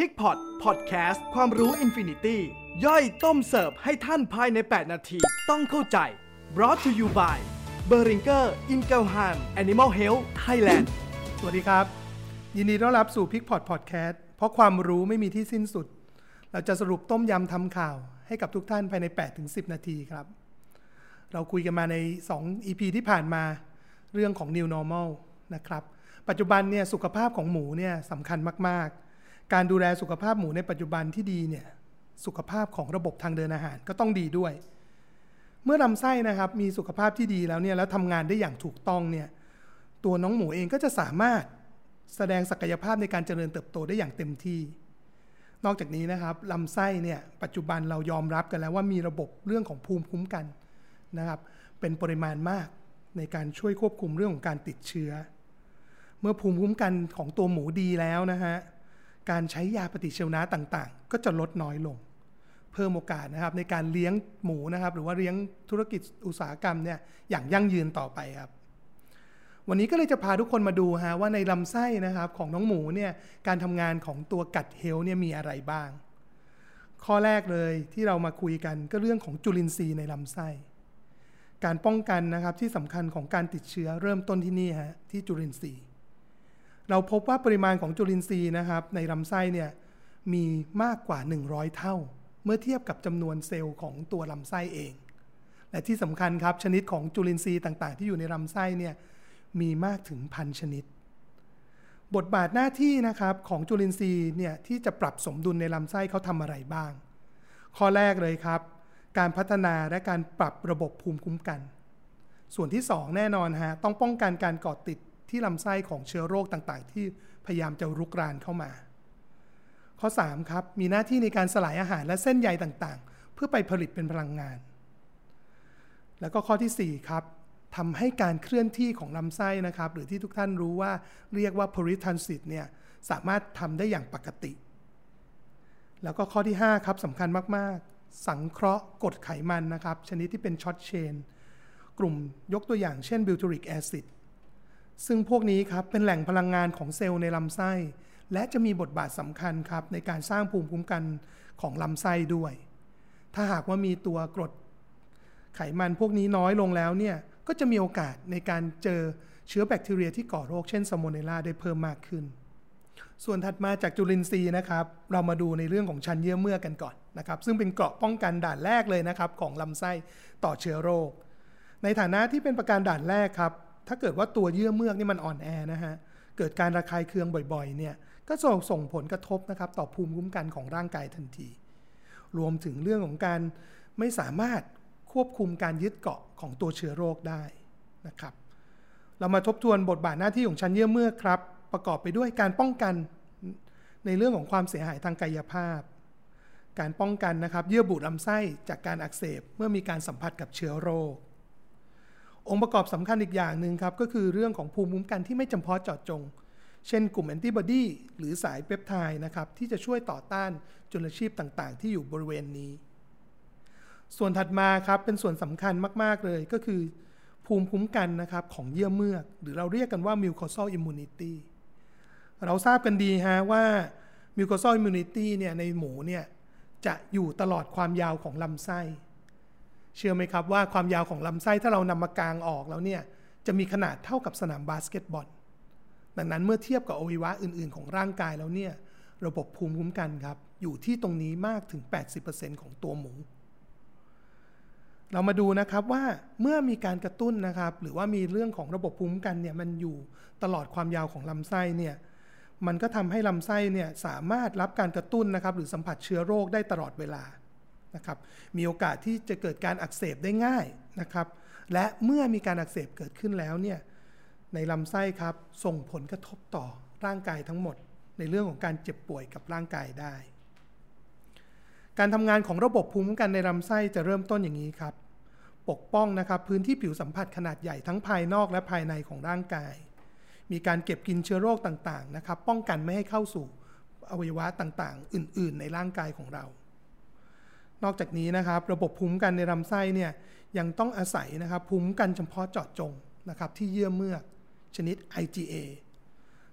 พิกพอตพอดแคสต์ความรู้อินฟินิตี้ย่อยต้มเสิร์ฟให้ท่านภายใน8นาทีต้องเข้าใจ brought to you by Beringer Ingelheim Animal Health Thailand สวัสดีครับยินดีต้อนรับสู่พิกพอตพอดแคสต์เพราะความรู้ไม่มีที่สิ้นสุดเราจะสรุปต้มยำทำข่าวให้กับทุกท่านภายใน 8-10 นาทีครับเราคุยกันมาใน2 EP ที่ผ่านมาเรื่องของ New Normal นะครับปัจจุบันเนี่ยสุขภาพของหมูเนี่ยสำคัญมากๆการดูแลสุขภาพหมูในปัจจุบันที่ดีเนี่ยสุขภาพของระบบทางเดินอาหารก็ต้องดีด้วยเมื่อลำไส้นะครับมีสุขภาพที่ดีแล้วเนี่ยแล้วทำงานได้อย่างถูกต้องเนี่ยตัวน้องหมูเองก็จะสามารถแสดงศักยภาพในการเจริญเติบโตได้อย่างเต็มที่นอกจากนี้นะครับลำไส้เนี่ยปัจจุบันเรายอมรับกันแล้วว่ามีระบบเรื่องของภูมิคุ้มกันนะครับเป็นปริมาณมากในการช่วยควบคุมเรื่องของการติดเชื้อเมื่อภูมิคุ้มกันของตัวหมูดีแล้วนะฮะการใช้ยาปฏิชีวนะต่างๆก็จะลดน้อยลงเพิ่มโอกาสนะครับในการเลี้ยงหมูนะครับหรือว่าเลี้ยงธุรกิจอุตสาหกรรมเนี่ยอย่างยั่งยืนต่อไปครับวันนี้ก็เลยจะพาทุกคนมาดูฮะว่าในลำไส้นะครับของน้องหมูเนี่ยการทำงานของตัวกัดเฮลท์เนี่ยมีอะไรบ้างข้อแรกเลยที่เรามาคุยกันก็เรื่องของจุลินทรีย์ในลำไส้การป้องกันนะครับที่สำคัญของการติดเชื้อเริ่มต้นที่นี่ฮะที่จุลินทรีย์เราพบว่าปริมาณของจุลินทรีย์นะครับในลำไส้เนี่ยมีมากกว่า100เท่าเมื่อเทียบกับจำนวนเซลล์ของตัวลำไส้เองและที่สำคัญครับชนิดของจุลินทรีย์ต่างๆที่อยู่ในลำไส้เนี่ยมีมากถึง1,000 ชนิดบทบาทหน้าที่นะครับของจุลินทรีย์เนี่ยที่จะปรับสมดุลในลำไส้เขาทำอะไรบ้างข้อแรกเลยครับการพัฒนาและการปรับระบบภูมิคุ้มกันส่วนที่2แน่นอนฮะต้องป้องกันการก่อติดที่ลำไส้ของเชื้อโรคต่างๆที่พยายามจะรุกรานเข้ามาข้อ3ครับมีหน้าที่ในการสลายอาหารและเส้นใยต่างๆเพื่อไปผลิตเป็นพลังงานแล้วก็ข้อที่4ครับทำให้การเคลื่อนที่ของลำไส้นะครับหรือที่ทุกท่านรู้ว่าเรียกว่า peritransit เนี่ยสามารถทำได้อย่างปกติแล้วก็ข้อที่5ครับสำคัญมากๆสังเคราะห์กรดไขมันนะครับชนิดที่เป็นช็อตเชนกลุ่มยกตัวอย่างเช่นบิวทูริกแอซิดซึ่งพวกนี้ครับเป็นแหล่งพลังงานของเซลล์ในลำไส้และจะมีบทบาทสำคัญครับในการสร้างภูมิคุ้มกันของลำไส้ด้วยถ้าหากว่ามีตัวกรดไขมันพวกนี้น้อยลงแล้วเนี่ยก็จะมีโอกาสในการเจอเชื้อแบคทีเรียที่ก่อโรคเช่นซาโมเนลลาได้เพิ่มมากขึ้นส่วนถัดมาจากจุลินทรีย์นะครับเรามาดูในเรื่องของชั้นเยื่อเมือกกันก่อนนะครับซึ่งเป็นเกราะป้องกันด่านแรกเลยนะครับของลำไส้ต่อเชื้อโรคในฐานะที่เป็นประการด่านแรกครับถ้าเกิดว่าตัวเยื่อเมือกนี่มันอ่อนแอนะฮะเกิดการระคายเคืองบ่อยๆเนี่ยก็ส่งผลกระทบนะครับต่อภูมิคุ้มกันของร่างกายทันทีรวมถึงเรื่องของการไม่สามารถควบคุมการยึดเกาะของตัวเชื้อโรคได้นะครับเรามาทบทวนบทบาทหน้าที่ของชั้นเยื่อเมือกครับประกอบไปด้วยการป้องกันในเรื่องของความเสียหายทางกายภาพการป้องกันนะครับเยื่อบุลำไส้จากการอักเสบเมื่อมีการสัมผัสกับเชื้อโรคองค์ประกอบสำคัญอีกอย่างหนึ่งครับก็คือเรื่องของภูมิคุ้มกันที่ไม่จำเพาะเจาะจงเช่นกลุ่มแอนติบอดีหรือสายเปปไทด์นะครับที่จะช่วยต่อต้านจุลชีพต่างๆที่อยู่บริเวณนี้ส่วนถัดมาครับเป็นส่วนสำคัญมากๆเลยก็คือภูมิคุ้มกันนะครับของเยื่อเมือกหรือเราเรียกกันว่า mucosal immunity เราทราบกันดีฮะว่า mucosal immunity เนี่ยในหมูเนี่ยจะอยู่ตลอดความยาวของลำไส้เชื่อไหมครับว่าความยาวของลำไส้ถ้าเรานำมากางออกแล้วเนี่ยจะมีขนาดเท่ากับสนามบาสเกตบอลดังนั้นเมื่อเทียบกับอวัยวะอื่นๆของร่างกายแล้วเนี่ยระบบภูมิคุ้มกันครับอยู่ที่ตรงนี้มากถึง 80% ของตัวหมูเรามาดูนะครับว่าเมื่อมีการกระตุ้นนะครับหรือว่ามีเรื่องของระบบภูมิคุ้มกันเนี่ยมันอยู่ตลอดความยาวของลำไส้เนี่ยมันก็ทำให้ลำไส้เนี่ยสามารถรับการกระตุ้นนะครับหรือสัมผัสเชื้อโรคได้ตลอดเวลานะครับมีโอกาสที่จะเกิดการอักเสบได้ง่ายนะครับและเมื่อมีการอักเสบเกิดขึ้นแล้วเนี่ยในลำไส้ครับส่งผลกระทบต่อร่างกายทั้งหมดในเรื่องของการเจ็บป่วยกับร่างกายได้การทำงานของระบบภูมิคุ้มกันในลำไส้จะเริ่มต้นอย่างนี้ครับปกป้องนะครับพื้นที่ผิวสัมผัสขนาดใหญ่ทั้งภายนอกและภายในของร่างกายมีการเก็บกินเชื้อโรคต่างๆนะครับป้องกันไม่ให้เข้าสู่อวัยวะต่างๆอื่นๆในร่างกายของเรานอกจากนี้นะครับระบบภูมิคุ้มกันในลำไส้เนี่ยยังต้องอาศัยนะครับภูมิคุ้มกันเฉพาะเจาะจงนะครับที่เยื่อเมือกชนิด IgA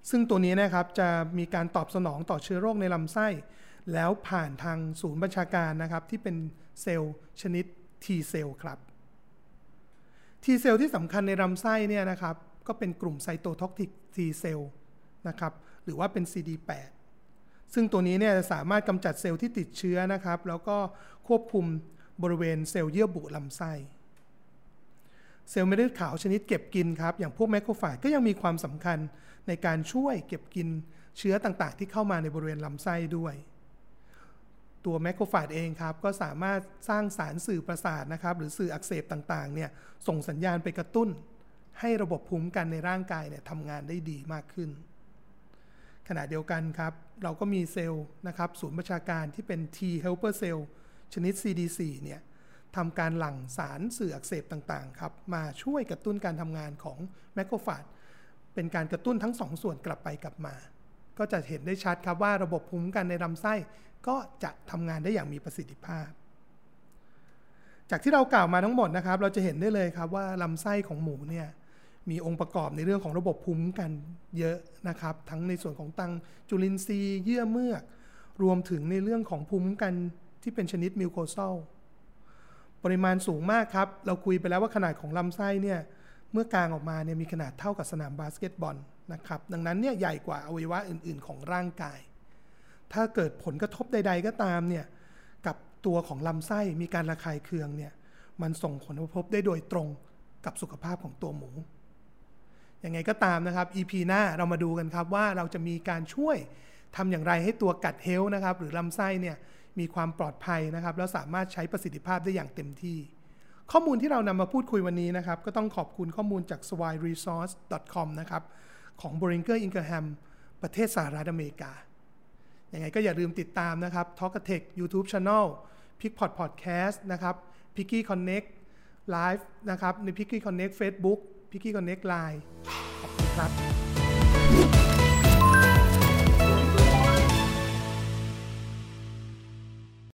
ซึ่งตัวนี้นะครับจะมีการตอบสนองต่อเชื้อโรคในลำไส้แล้วผ่านทางศูนย์บัญชาการนะครับที่เป็นเซลล์ชนิด T เซลล์ครับ T เซลล์ที่สำคัญในลำไส้เนี่ยนะครับก็เป็นกลุ่มไซโตท็อกซิก T เซลล์นะครับหรือว่าเป็น CD8 ซึ่งตัวนี้เนี่ยสามารถกำจัดเซลล์ที่ติดเชื้อนะครับแล้วก็ควบคุมบริเวณเซลล์เยื่อบุลำไส้เซลล์เม็ดเลือดขาวชนิดเก็บกินครับอย่างพวกแมคโครฟาจก็ยังมีความสำคัญในการช่วยเก็บกินเชื้อต่างๆที่เข้ามาในบริเวณลำไส้ด้วยตัวแมคโครฟาจเองครับก็สามารถสร้างสารสื่อประสาทนะครับหรือสื่ออักเสบต่างๆเนี่ยส่งสัญญาณไปกระตุ้นให้ระบบภูมิคุ้มกันในร่างกายเนี่ยทำงานได้ดีมากขึ้นขณะเดียวกันครับเราก็มีเซลล์นะครับศูนย์ประชาการที่เป็น T helper cell ชนิด CD4 เนี่ยทำการหลั่งสารสื่ออักเสบต่างๆครับมาช่วยกระตุ้นการทำงานของแมคโครฟาจเป็นการกระตุ้นทั้ง2ส่วนกลับไปกลับมาก็จะเห็นได้ชัดครับว่าระบบภูมิคุ้มกันในลำไส้ก็จะทำงานได้อย่างมีประสิทธิภาพจากที่เรากล่าวมาทั้งหมดนะครับเราจะเห็นได้เลยครับว่าลำไส้ของหมูเนี่ยมีองค์ประกอบในเรื่องของระบบภูมิคุ้มกันเยอะนะครับทั้งในส่วนของตังจุลินทรีย์เยื่อเมือกรวมถึงในเรื่องของภูมิคุ้มกันที่เป็นชนิดมิวโคซัลปริมาณสูงมากครับเราคุยไปแล้วว่าขนาดของลำไส้เนี่ยเมื่อกางออกมาเนี่ยมีขนาดเท่ากับสนามบาสเกตบอลนะครับดังนั้นเนี่ยใหญ่กว่าอวัยวะอื่นๆของร่างกายถ้าเกิดผลกระทบใดๆก็ตามเนี่ยกับตัวของลำไส้มีการระคายเคืองเนี่ยมันส่งผลกระทบได้โดยตรงกับสุขภาพของตัวหมูยังไงก็ตามนะครับ EP หน้าเรามาดูกันครับว่าเราจะมีการช่วยทำอย่างไรให้ตัวกัดเฮลท์นะครับหรือลำไส้เนี่ยมีความปลอดภัยนะครับแล้วสามารถใช้ประสิทธิภาพได้อย่างเต็มที่ข้อมูลที่เรานำมาพูดคุยวันนี้นะครับก็ต้องขอบคุณข้อมูลจาก swiresource.com นะครับของ Boehringer Ingelheim ประเทศสหรัฐอเมริกายังไงก็อย่าลืมติดตามนะครับ Talkatech YouTube Channel Pickpot Podcast นะครับ Picky Connect Live นะครับใน Picky Connect Facebook Picky Connect Line ขอบคุณครับ